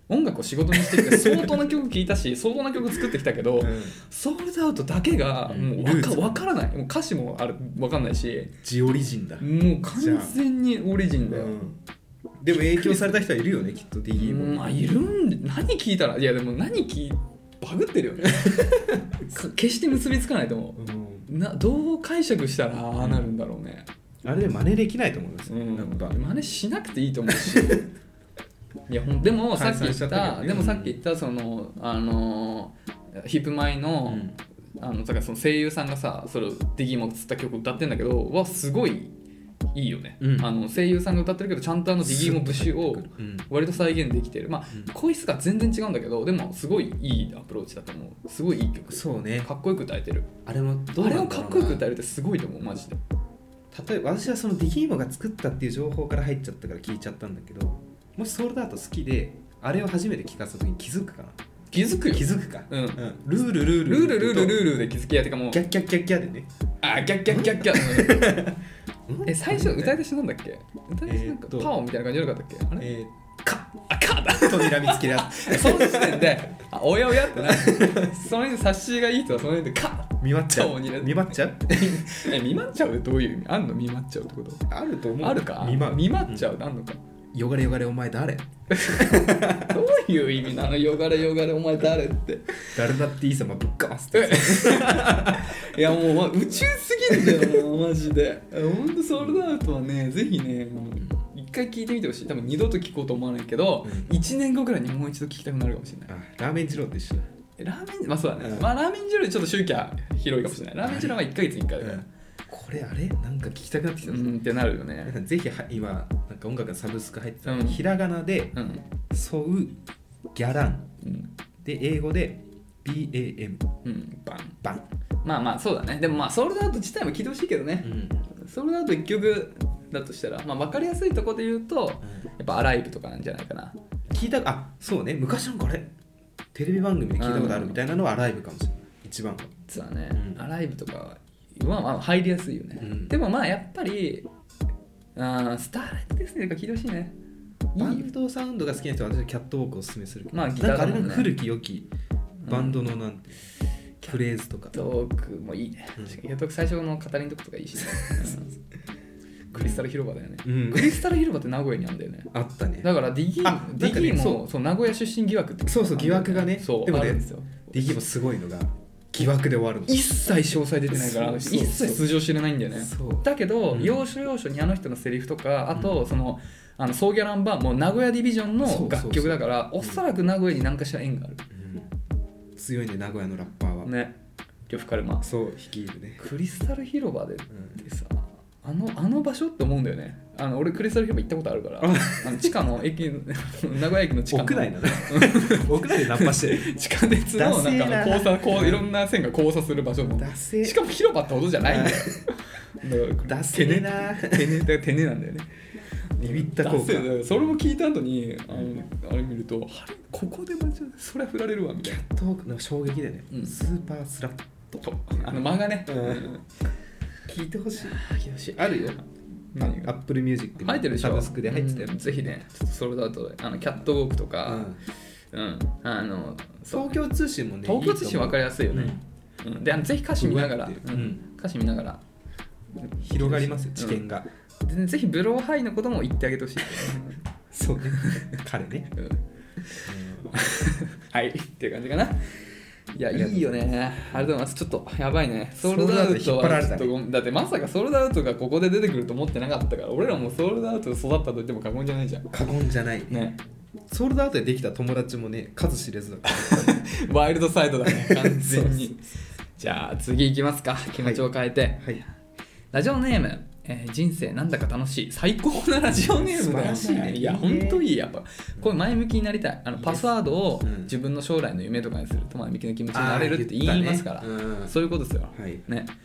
音楽を仕事にしてきて相当な曲聴いたし相当な曲作ってきたけど、ソールドアウトだけがもう分からない、もう歌詞も分かんないし、 ジオリジンだ、 もう完全にオリジンだよ、 でも影響された人はいるよねきっと。ディギーもまあいるんで、何聞いたら、いやでもバグってるよね決して結びつかないと思う、どう解釈したらああなるんだろうね、 あれで真似できないと思うんですよ、やっぱ真似しなくていいと思うしいやでもさっき言ったそのヒップマイの、だからその声優さんがさそれディギーも釣った曲歌ってんだけどはすごいいいよね、声優さんが歌ってるけどちゃんとディギーも節を割と再現できてる、まあ声質が全然違うんだけどでもすごいいいアプローチだと思う。すごいいい曲、 そうね、 かっこよく歌えてる。 あれもかっこよく歌えるってすごいと思うマジで。 例えば私はそのディギーモが作ったっていう情報から入っちゃったから聞いちゃったんだけど、もしソールドアート好きであれを初めて聞かせた時に気づくかな。 気づくよ。 気づくか。 ルールで気づきやてかもう。 ギャッギャッギャッギャでね。 あ、ギャッギャッギャッギャッ。最初歌い出しなんだっけ？歌い出しなんかパオみたいな感じじゃなかったっけ？あれ？カだ。 とにらみつけりゃ。 その時点でおやおやってな。その辺で察しがいいとはその辺で見張っちゃう。見張っちゃう？ 見張っちゃうってどういう意味？あんの見張っちゃうってこと？ あると思う。 あるか？見張っちゃうってあんのか？ よがれよがれお前誰？ どういう意味なの？よがれよがれお前誰って。 誰だっていいさまぶっかますって。 いやもう宇宙すぎるんだよなマジで。ほんとソールドアウトはねぜひね一回聞いてみてほしい。多分二度と聞こうと思わないけど、1年後くらいにもう一度聞きたくなるかもしれない。 ラーメン二郎と一緒だ。 ラーメンまあそうだね。まあラーメン二郎ちょっと集客広いかもしれない。ラーメン二郎は1ヶ月に1回だから。 これあれなんか聞きたくなってきたってなるよね。 ぜひ今なんか音楽がサブスク入ってたら、ひらがなでソウギャランで英語で BAM バン。 まあそうだね。でもまあソールドアウト自体も聞いてほしいけどね。ソールドアウト1曲だとしたら、まあ分かりやすいところで言うと、やっぱアライブとかなんじゃないかな。 そうね、昔のこれテレビ番組で聞いたことあるみたいなのはアライブかもしれない。一番は実はね、アライブとかは入りやすいよね。でもまあやっぱりスターライトですねとか聞いてほしいね。 バンドサウンドが好きな人は私はキャットウォークをおすすめするけど、 まあギターだもんね。 なんかあれが古き良きバンドのなんてフレーズとか。 キャットウォークもいいね。キャットウォーク最初の語りのとことかいいしね。クリスタル広場だよね。クリスタル広場って名古屋にあるんだよね。 あったね。 だからディギーもそう名古屋出身疑惑って。 そう疑惑がね。 そうでもね、 あるんですよ。 ディギーもすごいのが疑惑で終わるの。 一切詳細出てないから一切数字を知らないんだよね。だけど要所要所にあの人のセリフとか、あとそのソーギャランバーも名古屋ディビジョンの楽曲だから、おそらく名古屋に何かしら縁がある。 強いね名古屋のラッパーは。 ね。呂布カルマ。 そう率いるね。 クリスタル広場でってさ。あの場所って思うんだよね。俺クリスタル広場行ったことあるから地下の駅名古屋駅の地下の屋内だね屋内でナンパしてる地下鉄のなんか交差いろんな線が交差する場所のしかも広場ってほどじゃないんだよダセーなテネなんだよね。 ビビった効果。 それも聞いた後にあれ見るとここで間違えそりゃ振られるわみたいな。 キャットウォークの衝撃だよね、スーパースラット間がね、 聞いてほしい。あるよ。アップルミュージック入ってるでしょ。 サブスクで入ってたよ。 ぜひね、ちょっとソールドアウトでキャットウォークとか、 東京通信もね。 東京通信分かりやすいよね。でぜひ歌詞見ながら、歌詞見ながら広がりますよ知見が。 でぜひブローハイのことも言ってあげてほしい。 そうね。彼ね。 はいっていう感じかな。いやいいよね。ありがとうございます。ちょっとやばいね。ソールドアウトはちょっとだってまさかソールドアウトがここで出てくると思ってなかったから、俺らもソールドアウトで育ったと言っても過言じゃないじゃん。 過言じゃないね。 ソールドアウトでできた友達もね数知れずだった。 ワイルドサイドだね完全に。じゃあ次行きますか。気持ちを変えて。ラジオネーム。人生なんだか楽しい。最高なラジオネームだよ。 素晴らしいね。 いや本当いい。やっぱこう前向きになりたい。パスワードを自分の将来の夢とかにすると前向きな気持ちになれるって言いますから、そういうことですよ、ね。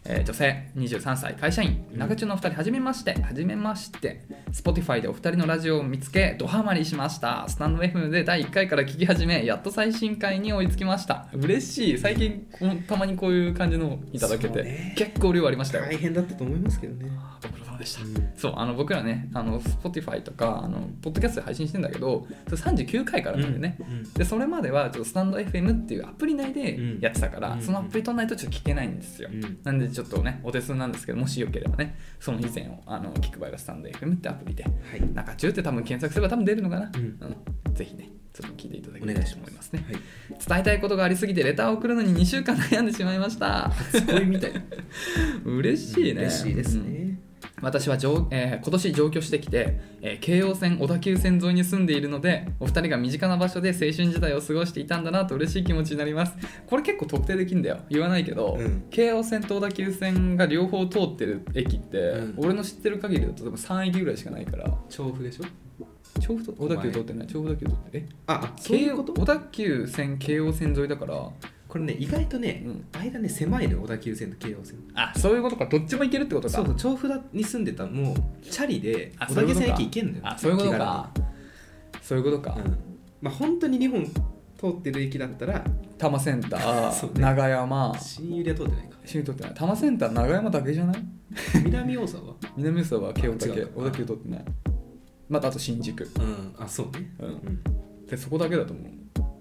女性23歳会社員中中のお二人、はじめまして Spotify でお二人のラジオを見つけドハマりしました。スタンド FM で第1回から聞き始め、やっと最新回に追いつきました。嬉しい。最近たまにこういう感じのをいただけて、結構量ありましたよ。 大変だったと思いますけどね。 ご苦労様でした。そう僕らねSpotify とかポッドキャストで配信してんだけど、それ39回からなんでね、でそれまではちょっとスタンド FM っていうアプリ内でやってたから、そのアプリ取らないとちょっと聞けないんですよ。なんでちょっとねお手数なんですけど、もしよければねその以前を聞く場合はスタンド FM ってアプリで、中中って多分検索すれば多分出るのかな、ぜひねちょっと聞いていただければと思いますね。伝えたいことがありすぎてレターを送るのに2週間悩んでしまいました。 初恋みたいな嬉しいね。 嬉しいですね。 私は今年上京してきて、京王線小田急線沿いに住んでいるので、お二人が身近な場所で青春時代を過ごしていたんだなと嬉しい気持ちになります。これ結構特定できるんだよ。言わないけど、京王線と小田急線が両方通ってる駅って、俺の知ってる限りだと多分3駅ぐらいしかないから。 調布でしょ。 調布と小田急通ってない。調布小田急通ってそういうこと。 小田急線京王線沿いだから。 これね意外とね、間ね狭いのよ、小田急線と京王線。 そういうことか。どっちも行けるってことか。 そう調布に住んでたもうチャリで小田急線駅行けんのよ。 そういうことか。そういうことか。 本当に2本通ってる駅だったら多摩センター、長山、 新百合は通ってないか。 新百合通ってない。多摩センター長山だけじゃない？ 南大沢は京王だけ、小田急通ってない。またあと新宿。 そうね。 でそこだけだと思う。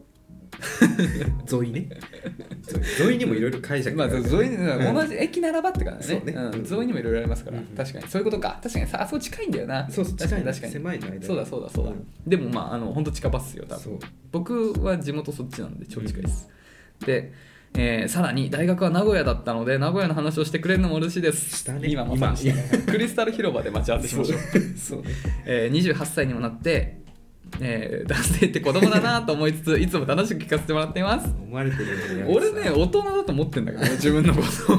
沿いね。沿いにもいろいろ解釈がある。 沿いに同じ駅ならばってからね。沿いにもいろいろありますから。確かにそういうことか。確かにあそこ近いんだよな。 そう近い。 確かに狭いの間。 そうだ。でも本当近場っすよ多分。僕は地元そっちなんで超近いです。で。さらに大学は名古屋だったので名古屋の話をしてくれるのも嬉しいです。今クリスタル広場で待ち合わせしましょう。28歳にもなって男性って子供だなと思いつついつも楽しく聞かせてもらっています。 思われてるよね。 俺ね大人だと思ってんだけどね自分のこと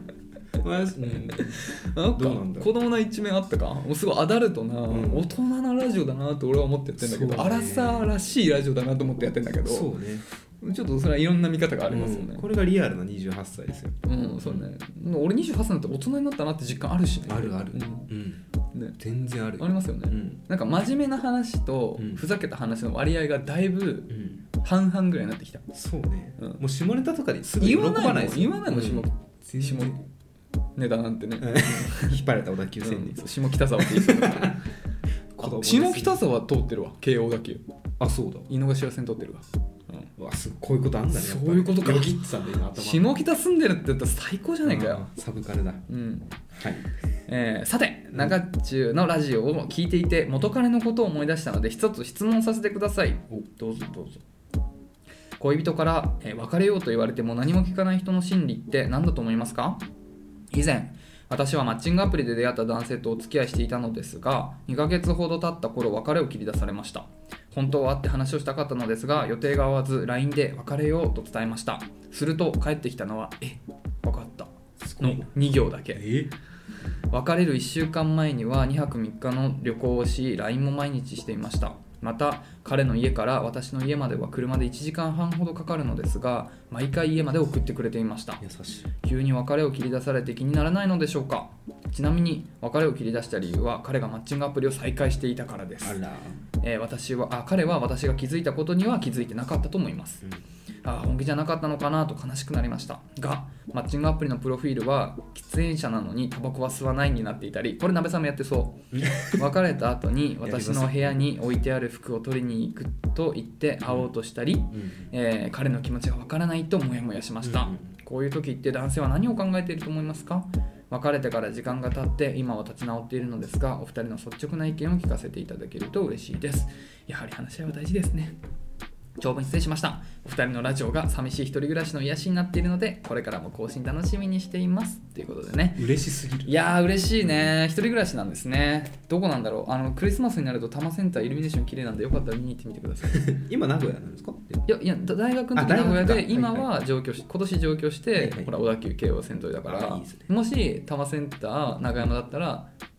なんか子供な一面あったか。もうすごいアダルトな、大人なラジオだなと俺は思ってやってんだけど、アラサーらしいラジオだなと思ってやってんだけど、 そうね。 ちょっとそれはいろんな見方がありますよね。 これがリアルな28歳ですよ。 そうね。俺28歳になって大人になったなって実感あるしね。 ある。 ね、 全然ある。 ありますよね。なんか真面目な話とふざけた話の割合がだいぶ半々ぐらいになってきた。 そうね。もう下ネタとかですぐ喜ばないですよ。 言わないもん下ネタなんてね。 引っ張られた小田急線に。 下北沢って言いそうだから。下北沢通ってるわ。京王だけ。 そうだ。 井の頭線通ってるわ。 こういうことあんだね。 そういうことか。 よぎってたんだよ頭。 下北住んでるって言ったら最高じゃないかよ。 サブカルだ。 さて中中のラジオを聞いていて元彼のことを思い出したので一つ質問させてください。どうぞ。恋人から、別れようと言われても何も聞かない人の心理って何だと思いますか？以前私はマッチングアプリで出会った男性とお付き合いしていたのですが2ヶ月ほど経った頃別れを切り出されました。本当は会って話をしたかったのですが予定が合わず LINE で別れようと伝えました。すると帰ってきたのは分かったの2行だけ。別れる1週間前には2泊3日の旅行をし LINE も毎日していました。また彼の家から私の家までは車で1時間半ほどかかるのですが毎回家まで送ってくれていました。 優しい。 急に別れを切り出されて気にならないのでしょうか？ちなみに別れを切り出した理由は彼がマッチングアプリを再開していたからです。彼は私が気づいたことには気づいてなかったと思います。本気じゃなかったのかなと悲しくなりましたがマッチングアプリのプロフィールは喫煙者なのにタバコは吸わないになっていたり、これ鍋さんもやってそう別れた後に私の部屋に置いてある服を取りに行くと言って会おうとしたり、彼の気持ちがわからないとモヤモヤしました。こういう時って男性は何を考えていると思いますか？別れてから時間が経って今は立ち直っているのですがお二人の率直な意見を聞かせていただけると嬉しいです。やはり話し合いは大事ですね。長文失礼しました。お二人のラジオが寂しい一人暮らしの癒しになっているのでこれからも更新楽しみにしていますということでね。 嬉しすぎる。 いやー嬉しいね。一人暮らしなんですね。どこなんだろう。クリスマスになると多摩センターイルミネーション綺麗なんでよかったら見に行ってみてください今名古屋なんですか？ いや大学の時名古屋で今は上京し、今年上京して、ほら小田急京王線沿いだから、いいですね、もし多摩センター長山だったら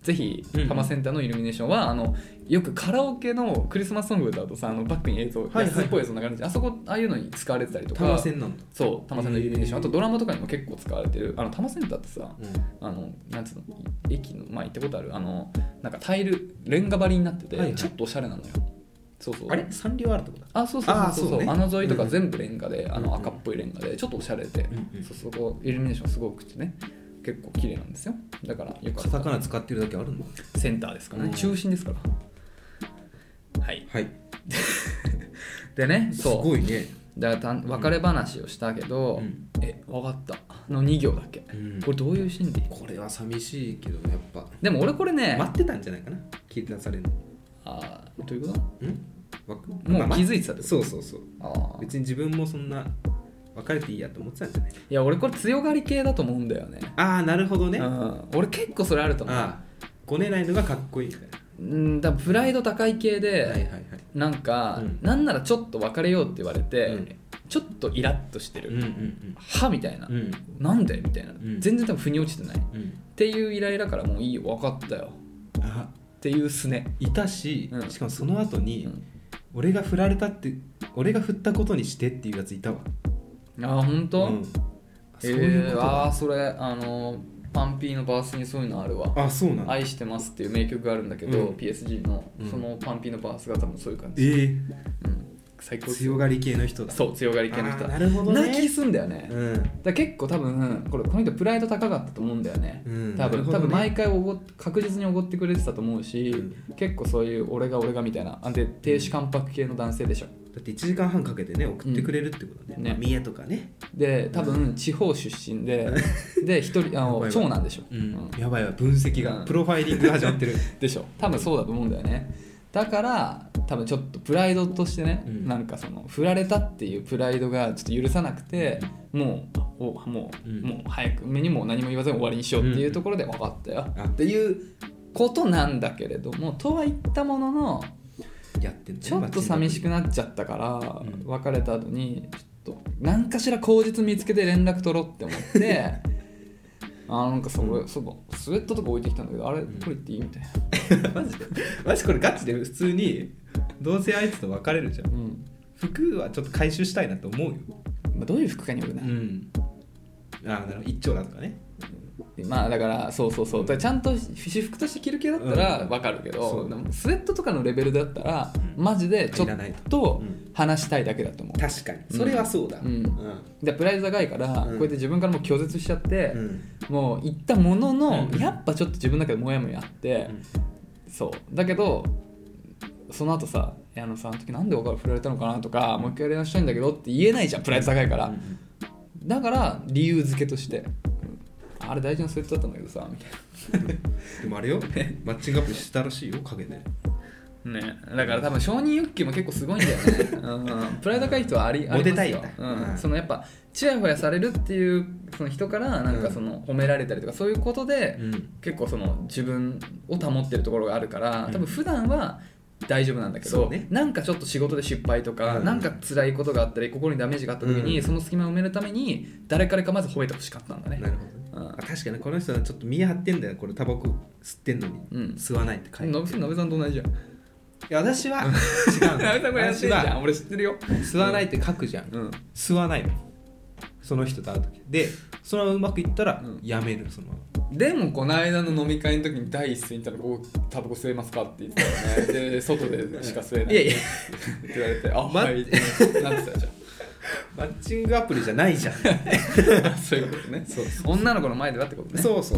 ぜひ多摩センターのイルミネーションは、よくカラオケのクリスマスソングだとさバックに映像、安っぽい映像流れて、あそこああいうのに使われてたりとか、 多摩線なんだ。 そう多摩線のイルミネーション、あとドラマとかにも結構使われてる。多摩センターってさ、なんつうの、駅の行ったことある、なんかタイルレンガ張りになってて、ちょっとおしゃれなのよ。そうそう、 あれサンリオあるとこだ。 あ、そう、ね、沿いとか全部レンガで、赤っぽいレンガでちょっとおしゃれで、そこイルミネーションすごくてね、結構綺麗なんですよ。だからよくカタカナ使ってるだけあるの？ センターですからね、中心ですからはい、でね、そうすごいね。 だから別れ話をしたけど、分かったの2行だけ、これどういう心理？ これは寂しいけどやっぱ。 でも俺これね、 待ってたんじゃないかな、聞いて出されるの。 どういうこと？もう気づいてたってこと？ そう。別に自分もそんな別れていいやと思ってたんじゃない？ いや俺これ強がり系だと思うんだよね。 なるほどね。 俺結構それあると思う。 ごねないのがかっこいいみたいな。 だからプライド高い系で、なんか、なんならちょっと別れようって言われて、ちょっとイラッとしてる、はみたいな、なんでみたいな、全然多分腑に落ちてない、っていうイライラからもういいよ分かったよっていうすねいたし、しかもその後に、俺が振られたって俺が振ったことにしてっていうやついたわ。 本当？ そういうことだ。 それパンピーのバースにそういうのあるわ。 そうなんだ。 愛してますっていう名曲があるんだけど、PSG のそのパンピーのバースが多分そういう感じ。最高。 強がり系の人だ。 そう、強がり系の人だ。 なるほどね。 泣きすんだよね。だ結構多分この人プライド高かったと思うんだよね。多分毎回確実におごってくれてたと思うし、結構そういう俺がみたいなで亭主関白系の男性でしょ。 だって1時間半かけてね送ってくれるってことね。三重とかね。 で多分地方出身で一人長男でしょ。 やばいわ、分析がプロファイリングが始まってるでしょ。多分そうだと思うんだよね。だから多分ちょっとプライドとしてね、なんかその振られたっていうプライドがちょっと許さなくて、もう早く目にも何も言わずに終わりにしようっていうところで分かったよ、っていうことなんだけれども、とは言ったもののちょっと寂しくなっちゃったから、別れた後にちょっと何かしら口実見つけて連絡取ろうって思ってなんかそうスウェットとか置いてきたんだけど、あれ取りっていいみたいなマジこれガチで普通にどうせあいつと別れるじゃん、服はちょっと回収したいなと思うよ。 どういう服かによるな。 なるほど、一丁だとかね。 だからそうだからちゃんと私服として着る系だったら分かるけど、でもスウェットとかのレベルだったら、マジでちょっと話したいだけだと思う。 確かにそれはそうだ。 でプライド高いから、こうやって自分からも拒絶しちゃって、もう言ったものの、やっぱちょっと自分の中でモヤモヤあって、そうだけどその後さ、あの時なんで振られたのかなとか、もう一回やり直したいんだけどって言えないじゃん、プライド高いから。だから理由付けとして、あれ大事なスウェットだったんだけどさみたいなでもあれよマッチングアップしてたらしいよ、陰でね。だから多分承認欲求も結構すごいんだよね、プライド高い人はありますよ。モテたいよ、そのやっぱチヤホヤされるっていうその人からなんかその褒められたりとか、そういうことで、結構その自分を保ってるところがあるから、多分普段は大丈夫なんだけど、なんかちょっと仕事で失敗とか、なんか辛いことがあったり心にダメージがあった時に、その隙間を埋めるために誰からかまず褒めてほしかったんだね。 なるほど。確かにこの人はちょっと見え張ってんだよ、これタバコ吸ってんのに、吸わないって書いてる。 のべさんと同じじゃん。いや私は違う私は俺知ってるよ。 吸わないって書くじゃん、吸わないのその人と会う時で、そのままうまくいったらやめる。そのでもこの間の飲み会の時に第一声にいたらタバコ吸えますかって言ってたよね。で外でしか吸えないって言われて、はいってなってたじゃん。 マッチングアプリじゃないじゃんそういうことね。女の子の前ではってことね。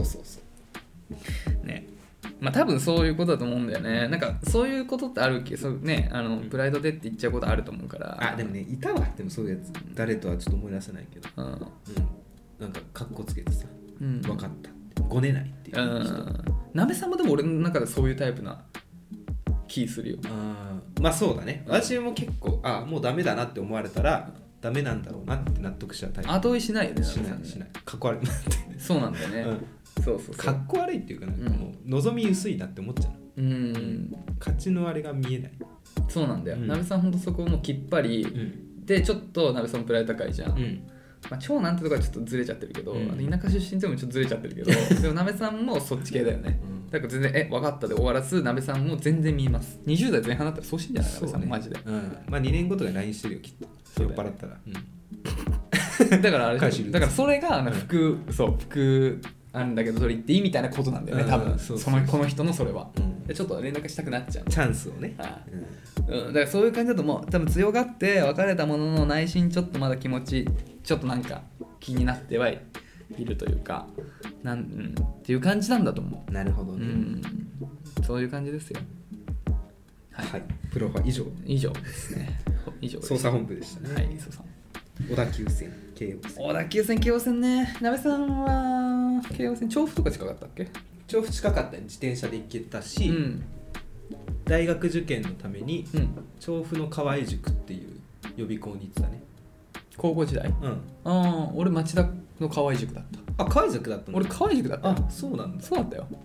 そうね。多分そういうことだと思うんだよね。なんかそういうことってあるけど、ね、プライドでって言っちゃうことあると思うから。 でもね、いたわ。でもそういうやつ、誰とはちょっと思い出せないけど、なんかカッコつけてさ、分かったごねないっていう人。 なべさんもでも俺の中でそういうタイプな気するよ。 そうだね。私も結構もうダメだなって思われたらダメなんだろうなって納得しちゃうタイプ。 後追いしないよね。 しないかっこ悪いなってそうなんだよね、そうかっこ悪いっていうか、なんかもう望み薄いなって思っちゃう。勝ちのあれが見えない。 そうなんだよ。なべさんほんとそこもきっぱり、でちょっとなべさんプライド高いじゃん、長男ってとこはちょっとずれちゃってるけど、田舎出身でもちょっとずれちゃってるけどでもなべさんもそっち系だよね。 だから全然分かったで終わらす鍋さんも全然見えます。20代前半だったらそうしてんじゃない鍋さん、マジで。 まあ2年後とか LINE してるよきっと。酔っ払ったら。 だからあれだからそれが服あるんだけどそれ言っていいみたいなことなんだよね、多分この人のそれは、ちょっと連絡したくなっちゃうチャンスをね、 だからそういう感じだともう多分強がって別れたものの内心ちょっとまだ気持ちちょっとなんか気になってはいるというかっていう感じなんだと思う。 なるほどね、 そういう感じですよ。 はい、プロファ以上ですね。以上です。 捜査本部でしたね。 はい、捜査。 小田急線京王線ね。鍋さんは京王線調布とか近かったっけ？ 調布近かったね。自転車で行けたし、大学受験のために、調布の河合塾っていう予備校に行ってたね。 高校時代？俺町田の河合塾だった。 あ、河合塾だったの？ 俺河合塾だった。 あ、そうなんだ。 そうだったよ。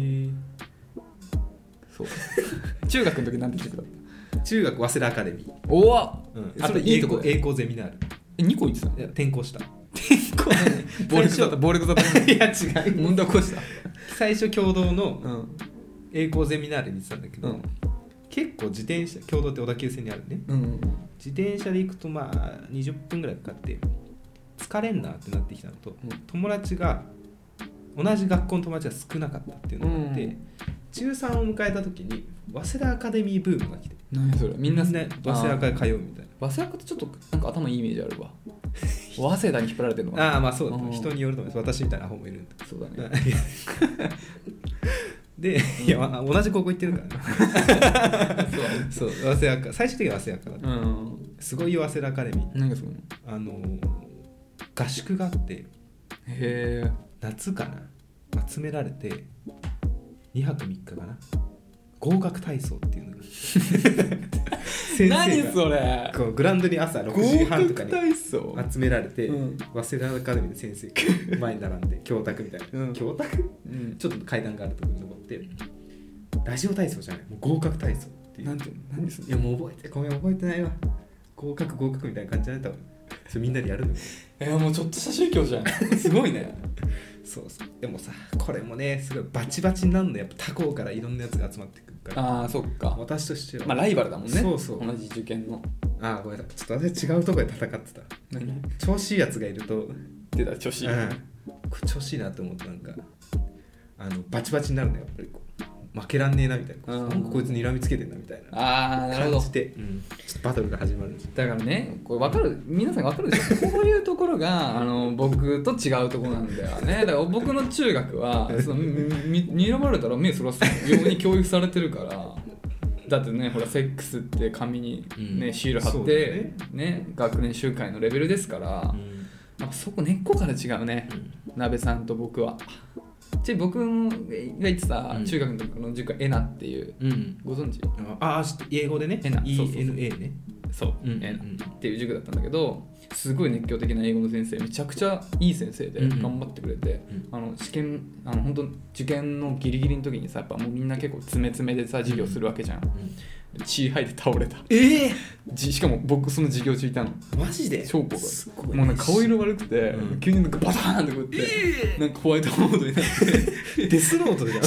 そう中学の時なんて塾だった？ 中学早稲田アカデミー。 おわ、 あといいとこ栄光ゼミナール。 2個言ってた？ いや転校した。 暴力だった。 いや違う。 問題起こした。 最初共同の栄光ゼミナールに行ってたんだけど、結構自転車共同って小田急線にあるね、自転車で行くとまあ20分ぐらいかかって疲れんなってなってきたのと、友達が同じ学校の友達が少なかったっていうのがあって、中3を迎えた時に早稲田アカデミーブームが来て、 何それみんな早稲田から通うみたいな。 早稲田ってちょっとなんか頭いいイメージあるわ。早稲田に引っ張られてるのかな。 まあそうだ、人によると思います。私みたいなアホもいるんだ。 そうだね。 で、いや同じ高校行ってるからね。そう早稲田最終的には早稲田から、すごいよ早稲田アカデミー。 何がすごいの？合宿があって、夏かな集められて2泊3日かな、合格体操っていうのが先生が何それこうグラウンドに朝6時半とかに集められて、早稲田アカデミーの先生が前に並んで教託みたいな、教託、ちょっと階段があるところに登ってラジオ体操じゃない、もう合格体操っていう。 何です？ いやもう覚えてないわ。合格みたいな感じじゃない？多分それみんなでやるの。 もうちょっとした宗教じゃん。すごいね。 そうでもさ、これもねすごいバチバチになるの。やっぱ他校からいろんなやつが集まってくるから。 そっか。 私としてはライバルだもんね。 そう同じ受験の。 ごめんなさい、ちょっと私違うところで戦ってた。調子いいやつがいると出た。調子いい、 調子いいなって思って、なんかバチバチになるのやっぱりこう負けらんねえなみたいな、なんかこいつに睨みつけてんなみたいな感じで、ちょっとバトルが始まるんです。 だからね、これ分かる、皆さん分かるでしょ。こういうところが僕と違うところなんだよね。だから僕の中学は睨まれたら目そらすように教育されてるから。だってね、ほらセックスって紙に、シール貼って、学年集会のレベルですから、そこ根っこから違うね、鍋さんと僕は。僕が言ってた中学の時の塾はエナっていう、ご存知？ 知って、英語でね、ENA ね。 エナっていう塾だったんだけど、すごい熱狂的な英語の先生、めちゃくちゃいい先生で頑張ってくれて、試験本当受験のギリギリの時にさ、やっぱもうみんな結構詰めでさ授業するわけじゃん。血吐いて倒れた。しかも僕その授業中いたの。 マジで？ 超怖い。もうなんか顔色悪くて、急になんかバターンってこうやって、なんかホワイトモードになってデスノートでやる。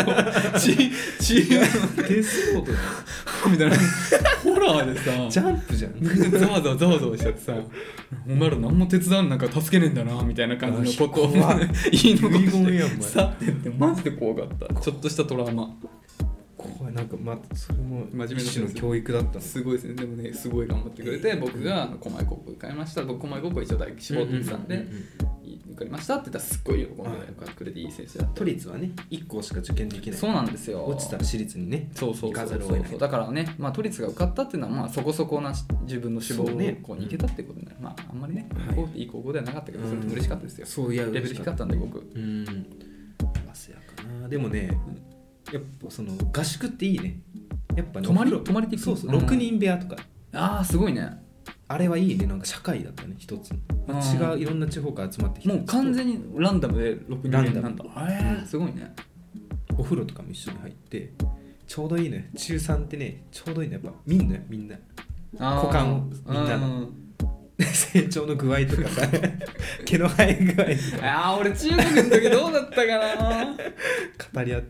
デスノートでみたいな。ホラーでさ、 ジャンプじゃん。 ざわざわしちゃってさ、お前ら何も手伝うなんか助けねえんだなみたいな感じのことを言い残して去ってってマジで怖かった。ちょっとしたトラウマ。 なんかそれも一種の教育だったの。 すごいですね。でもね、すごい頑張ってくれて、僕が狛江高校受かりました。僕狛江高校一応大学志望って言ってたんで、受かりましたって言ったらすっごい喜んでくれていい先生だった。 都立はね1校しか受験できない。 そうなんですよ。 落ちたら私立にね行かざるを得ない。 だからね、都立が受かったっていうのはそこそこな自分の志望校に行けたってことで、あんまりねいい高校ではなかったけど、それも嬉しかったですよ。 そういうレベル低かったんで僕。 せやかな。でもね、やっぱその合宿っていいね。やっぱね、 泊まりっていく。 そう6人部屋とか。 すごいね。 あれはいいね。なんか社会だったね、一つ。違ういろんな地方から集まってきて、 もう完全にランダムで6人部屋なんだ。すごいね。 お風呂とかも一緒に入ってちょうどいいね。中3ってね、ちょうどいいね。やっぱ見んのよ、みんな股間を、みんなの成長の具合とかさ毛の生え具合とか俺中学の時どうだったかな語り合ってね、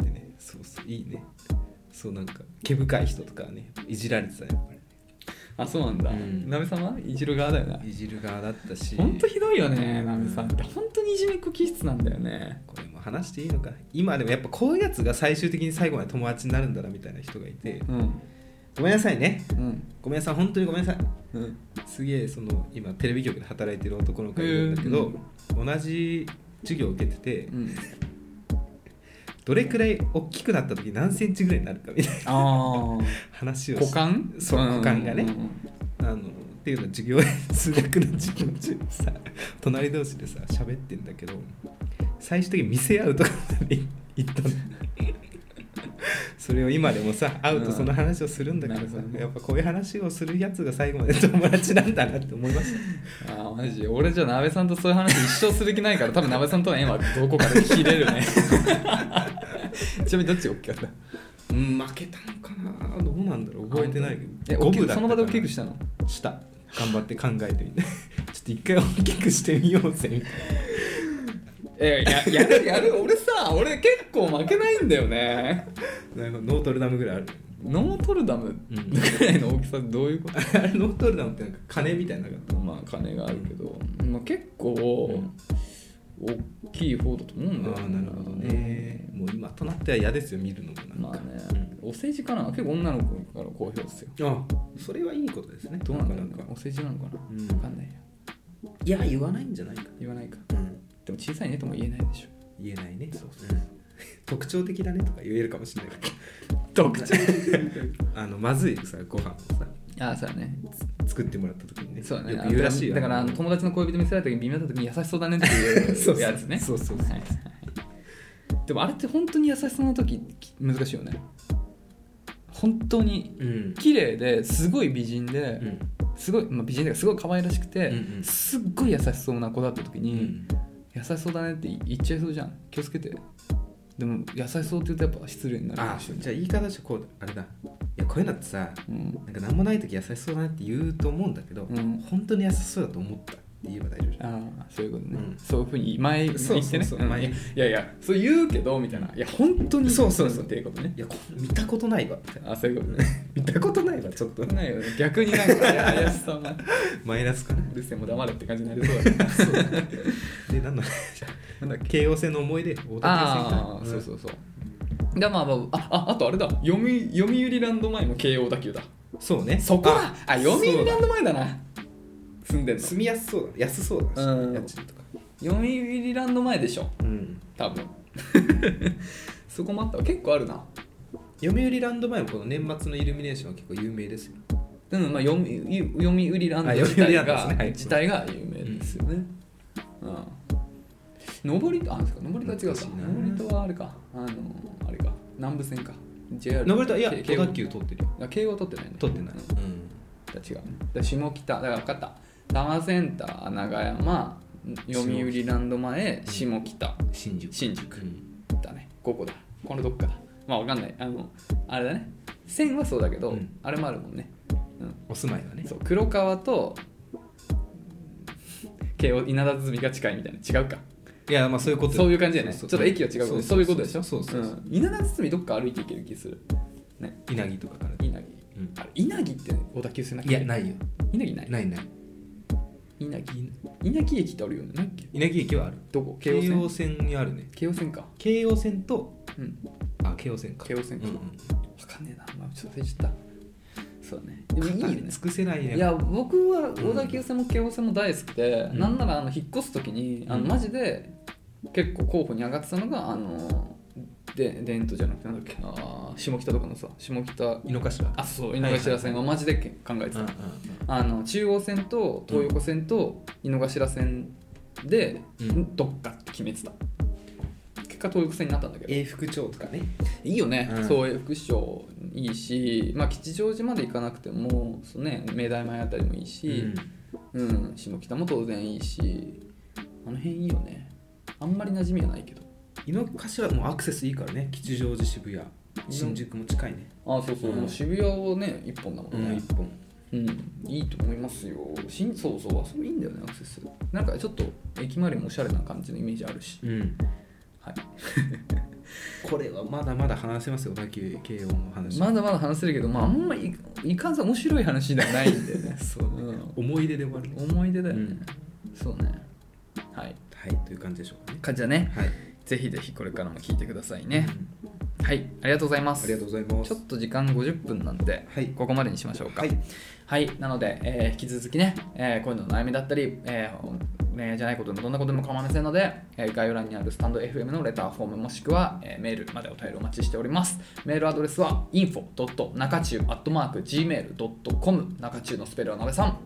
そうそういいね。そうなんか毛深い人とかはねいじられてたやっぱり。 あ、そうなんだ。なべさんはいじる側だよな。 いじる側だったし。 ほんとひどいよね、なべさんって。ほんとにいじめっ子気質なんだよね。 これも話していいのか。今でもやっぱこういうやつが最終的に最後まで友達になるんだなみたいな人がいて、ごめんなさいね、ごめんなさい、本当にごめんなさい、すげえその今テレビ局で働いてる男の子がいるんだけど、同じ授業を受けてて、どれくらい大きくなった時何センチぐらいになるかみたいな話を股間？ そう股間がね、っていうの授業数学の授業中にさ隣同士でさ喋ってんだけど、最終的に見せ合うとかまで行ったのそれを今でもさ会うとその話をするんだけどさ、やっぱこういう話をするやつが最後まで友達なんだなって思いました。 マジ俺じゃあなべさんとそういう話一生する気ないから多分なべさんとの縁はどこかで切れるねちなみにどっちが大きかった？ 負けたのかな、どうなんだろう、覚えてないけど。 その場で大きくしたの？ した。頑張って考えてみてちょっと一回大きくしてみようぜみたいな。やる俺結構負けないんだよね。 ノートルダムぐらいある。 ノートルダムぐらいの大きさどういうこと？ あれノートルダムってなんか鐘みたいなのが、 まあ鐘があるけど、結構大きい方だと思うんだよね。 なるほどね。もう今となっては嫌ですよ見るのもなんか。 まあね、お世辞かな、結構女の子から好評ですよ。 それはいいことですね。 どうなんだろうか、お世辞なのかな、分かんないよ。 いや言わないんじゃないか。 言わないか。でも小さいねとも言えないでしょ。 言えないね。そう特徴的だねとか言えるかもしれないけど特徴まずいさご飯をさそうだね、 作ってもらった時にね、 そうだね、 よく言うらしいよ。 だから友達の恋人見せられた時に微妙な時に優しそうだねっていうやつね。 そうでもあれって本当に優しそうな時難しいよね。本当に綺麗ですごい美人で、すごい、美人ですごい可愛らしくて、すっごい優しそうな子だった時に、優しそうだねって言っちゃいそうじゃん。気をつけて。でも優しそうって言うとやっぱ失礼になるかもしれない。 じゃあ言い方してこうあれだ。いやこういうのってさ、なんか何もない時優しそうだねって言うと思うんだけど、本当に優しそうだと思ったって言えば大丈夫じゃん。 そういうことね。そういうふうに前言ってね。いやそう言うけどみたいな。いや本当にそうっていうことね。 いや見たことないわ。 そういうことね。 見たことないわちょっと。 ないよね。逆になんか怪しさがマイナスかな。 うるせえもう黙れって感じになりそうだね。 でなんだっけ、京王線の思い出。 そう。であとあれだ、読売ランド前も慶応だ球だ。 そうね。 そこだ。読売ランド前だな。 住みやすそうだ。安そうだし、家賃とか。 読売ランド前でしょ。多分。そこもあったわ。結構あるな。 読売ランド前もこの年末のイルミネーションは結構有名ですよ。 読売ランド自体が有名ですよね。上りと違うか。上りとはあれか。あれか。南武線か。JR。 上りといや小田急通ってるよ。 京王通ってないね。 通ってない。 違うね。下北だから分かった。多摩センター長山読売ランド前下北新宿だね。ここだ。このどっかだ。分かんない。あれだね。線はそうだけど、あれもあるもんね。 お住まいはね。 そう黒川と京王稲田堤が近いみたいな。違うか。 いやそういうこと。 そういう感じだよね。ちょっと駅は違う。そういうことでしょ。 そう稲田堤どっか歩いていける気する。ね。 稲城とかから。 稲城って小田急線ないやないよ。 稲城ない。 ない。 稲城駅ってあるよね。 稲城駅はある。 どこ？ 京王線にあるね。 京王線か。 京王線と京王線か。 京王線か。分かんねえな。ちょっと忘れちゃった。そうね。でもいいよね。 尽くせないね。 いや僕は小田急線も京王線も大好きで、なんなら引っ越す時にマジで結構候補に上がってたのが伝統じゃなくてなんだっけ下北とかのさ下北井の頭そう井の頭線はマジで考えてた。中央線と東横線と井の頭線でどっかって決めてた。結果東横線になったんだけど。 永福町とかね。 いいよね。そう永福町いいし、吉祥寺まで行かなくてもそうね明大前あたりもいいし、下北も当然いいし、あの辺いいよね。あんまり馴染みはないけど。 井の頭もアクセスいいからね。吉祥寺渋谷新宿も近いね。 そう、もう渋谷はね一本だもんね。 一本。 いいと思いますよ。そういいんだよねアクセス。なんかちょっと駅周りもおしゃれな感じのイメージあるし。はい。 これはまだまだ話せますよ、小田急慶応の話。 まだまだ話せるけど、まあ、あんまりいかんせん面白い話ではないんだよね。 そう、思い出で終わる。 思い出だよね。そうね。はい。 はい、という感じでしょうかね。 感じだね。 はい。 ぜひぜひこれからも聞いてくださいね。はい、ありがとうございます。 ありがとうございます。 ちょっと時間50分なんで、 はい、 ここまでにしましょうか。 はい、 はい、なので、引き続きね、こういうの悩みだったり、恋愛じゃないことでもどんなことでも構いませんので、概要欄にあるスタンド FM のレターフォームもしくは、メールまでお便りお待ちしております。メールアドレスは info.nakachu@gmail.com 中中のスペルはなべさん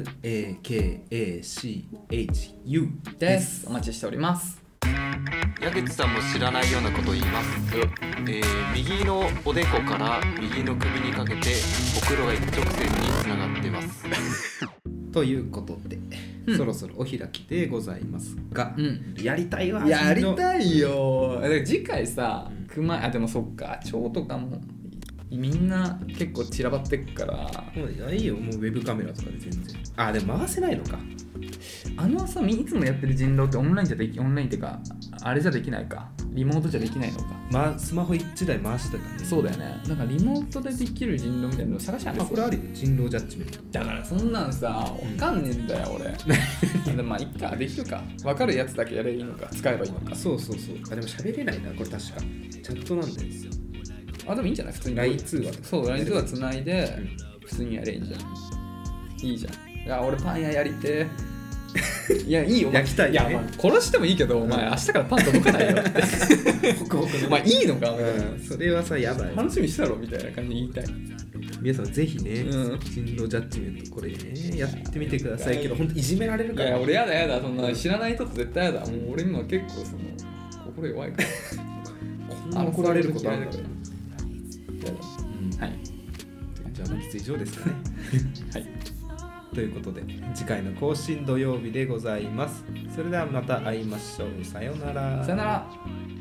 NAKACHU です。お待ちしております。 矢口さんも知らないようなことを言います、右のおでこから右の首にかけてほくろが一直線につながってますということで、そろそろお開きでございますが、やりたいわ。 やりたいよ。次回さ、でもそっか、蝶とかもみんな結構散らばってっから。 いいよ、もうウェブカメラとかで全然。でも回せないのか。 さ、いつもやってる人狼ってオンラインっていうか、あれじゃできないか、リモートじゃできないのか。 スマホ1台回してたからね。 そうだよね。なんかリモートでできる人狼みたいなの探しあるんですよ。 これあるよ、人狼ジャッジメント。 だからそんなんさ、わかんねえんだよ俺。でもまあいっか、できるか。わかるやつだけやればいいのか、使えばいいのか。 そうそうそう。でも喋れないな、これ確か。チャットなんだよ。 でもいいんじゃない、普通に LINE 通話。 そう、LINE 通話つないで、普通にやれいいじゃん。いいじゃん。いや、俺パン屋やりていや、いいよ。 焼きたい、 ね。いや、殺してもいいけど、お前、明日からパン届かないよって。お前、いいのか、 それはさ、やばい。 楽しみにしたろみたいな感じで言いたい。 皆さん、ぜひね、人狼ジャッジメント、これね、やってみてくださいけど、本当いじめられるから。 いや、俺やだ、そんな知らない人って絶対やだ。もう俺今結構、心弱いから。 こんな怒られることあるんだから。 はい。 じゃあ、本日以上ですかね。 はい。 ということで次回の更新土曜日でございます。それではまた会いましょう。さようなら。 さようなら。